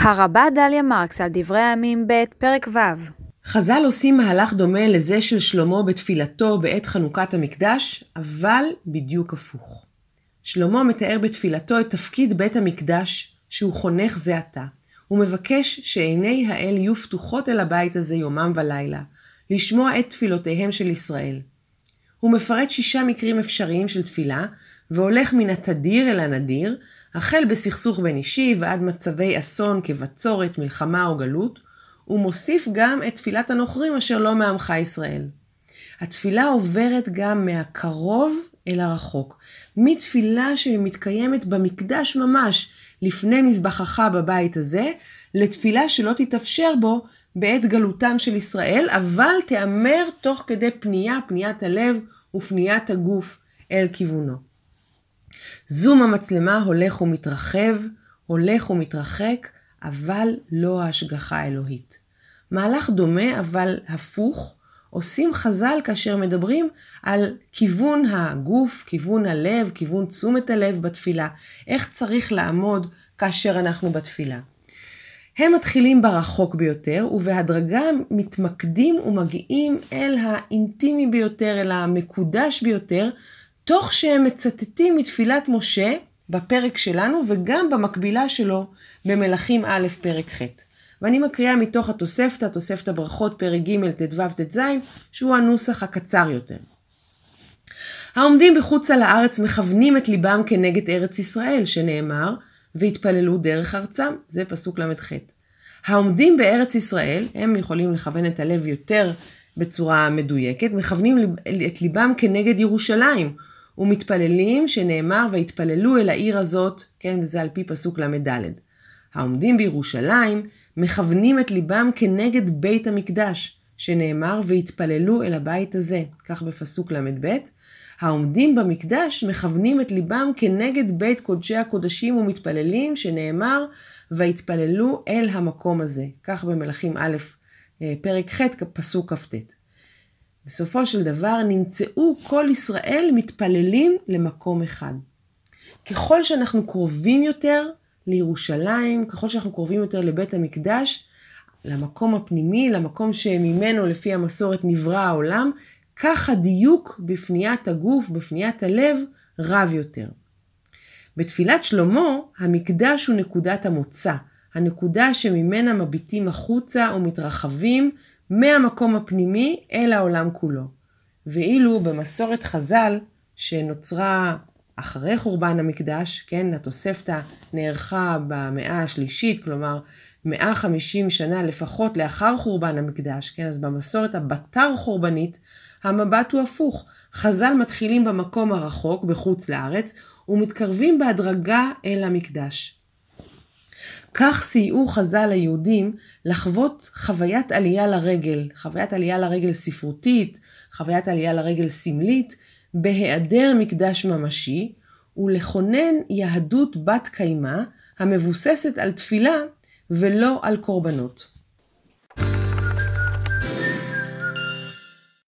הרבה דליה מרקס על דברי הימים ב' פרק ו'. חז"ל עושים מהלך דומה לזה של שלמה בתפילתו בעת חנוכת המקדש, אבל בדיוק הפוך. שלמה מתאר בתפילתו את תפקיד בית המקדש שהוא חונך זה עתה. הוא מבקש שעיני האל יהיו פתוחות אל הבית הזה יומם ולילה, לשמוע את תפילותיהם של ישראל. הוא מפרט 6 מקרים אפשריים של תפילה, והולך מן התדיר אל הנדיר, החל בסכסוך בין אישי ועד מצבי אסון כבצורת, מלחמה או גלות, ומוסיף גם את תפילת הנוכרים אשר לא מעמך ישראל. התפילה עוברת גם מהקרוב אל הרחוק, מתפילה שמתקיימת במקדש ממש לפני מזבחך בבית הזה, לתפילה שלא תתאפשר בו בעת גלותם של ישראל, אבל תאמר תוך כדי פניית הלב ופניית הגוף אל כיוונו. זום המצלמה הולך ומתרחב, הולך ומתרחק, אבל לא ההשגחה האלוהית. מהלך דומה אבל הפוך עושים חז"ל כאשר מדברים על כיוון הגוף, כיוון הלב, כיוון תשומת הלב בתפילה. איך צריך לעמוד כאשר אנחנו בתפילה. הם מתחילים ברחוק ביותר ובהדרגה מתמקדים ומגיעים אל האינטימי ביותר, אל המקודש ביותר, תוך שהם מצטטים מתפילת משה בפרק שלנו וגם במקבילה שלו במלכים א' פרק ח'. ואני מקריאה מתוך תוספת הברכות פרק ג' ט"ו ט"ז, שהוא הנוסח הקצר יותר. העומדים בחוץ על הארץ מכוונים את ליבם כנגד ארץ ישראל, שנאמר, והתפללו דרך ארצם, זה פסוק ל"ח. העומדים בארץ ישראל, הם יכולים לכוון את הלב יותר בצורה מדויקת, מכוונים את ליבם כנגד ירושלים, ומתפללים שנאמר והתפללו אל העיר הזאת, כן, וזה על פי פסוק ל"ד. העומדים בירושלים מכוונים את ליבם כנגד בית המקדש, שנאמר והתפללו אל הבית הזה, כך בפסוק ל"ב. העומדים במקדש מכוונים את ליבם כנגד בית קודשי הקודשים ומתפללים, שנאמר והתפללו אל המקום הזה, כך במלכים א' פרק ח' פסוק כ"ט. בסופו של דבר נמצאו כל ישראל מתפללים למקום אחד. ככל שאנחנו קרובים יותר לירושלים, ככל שאנחנו קרובים יותר לבית המקדש, למקום הפנימי, למקום שממנו לפי המסורת נברא העולם, כך הדיוק בפניית הגוף, בפניית הלב, רב יותר. בתפילת שלמה, המקדש הוא נקודת המוצא, הנקודה שממנה מביטים החוצה ומתרחבים מהמקום הפנימי אל העולם כולו. ואילו במסורת חז"ל, שנוצרה אחרי חורבן המקדש, כן, התוספתא נערכה במאה השלישית, כלומר 150 שנה לפחות לאחר חורבן המקדש, כן, אז במסורת הבתר חורבנית, המבט הוא הפוך. חז"ל מתחילים במקום הרחוק בחוץ לארץ, ומתקרבים בהדרגה אל המקדש. כך סייעו חז"ל ליהודים לחוות חוויית עלייה לרגל, חוויית עלייה לרגל ספרותית, חוויית עלייה לרגל סמלית, בהיעדר מקדש ממשי, ולכונן יהדות בת קיימה המבוססת על תפילה ולא על קורבנות.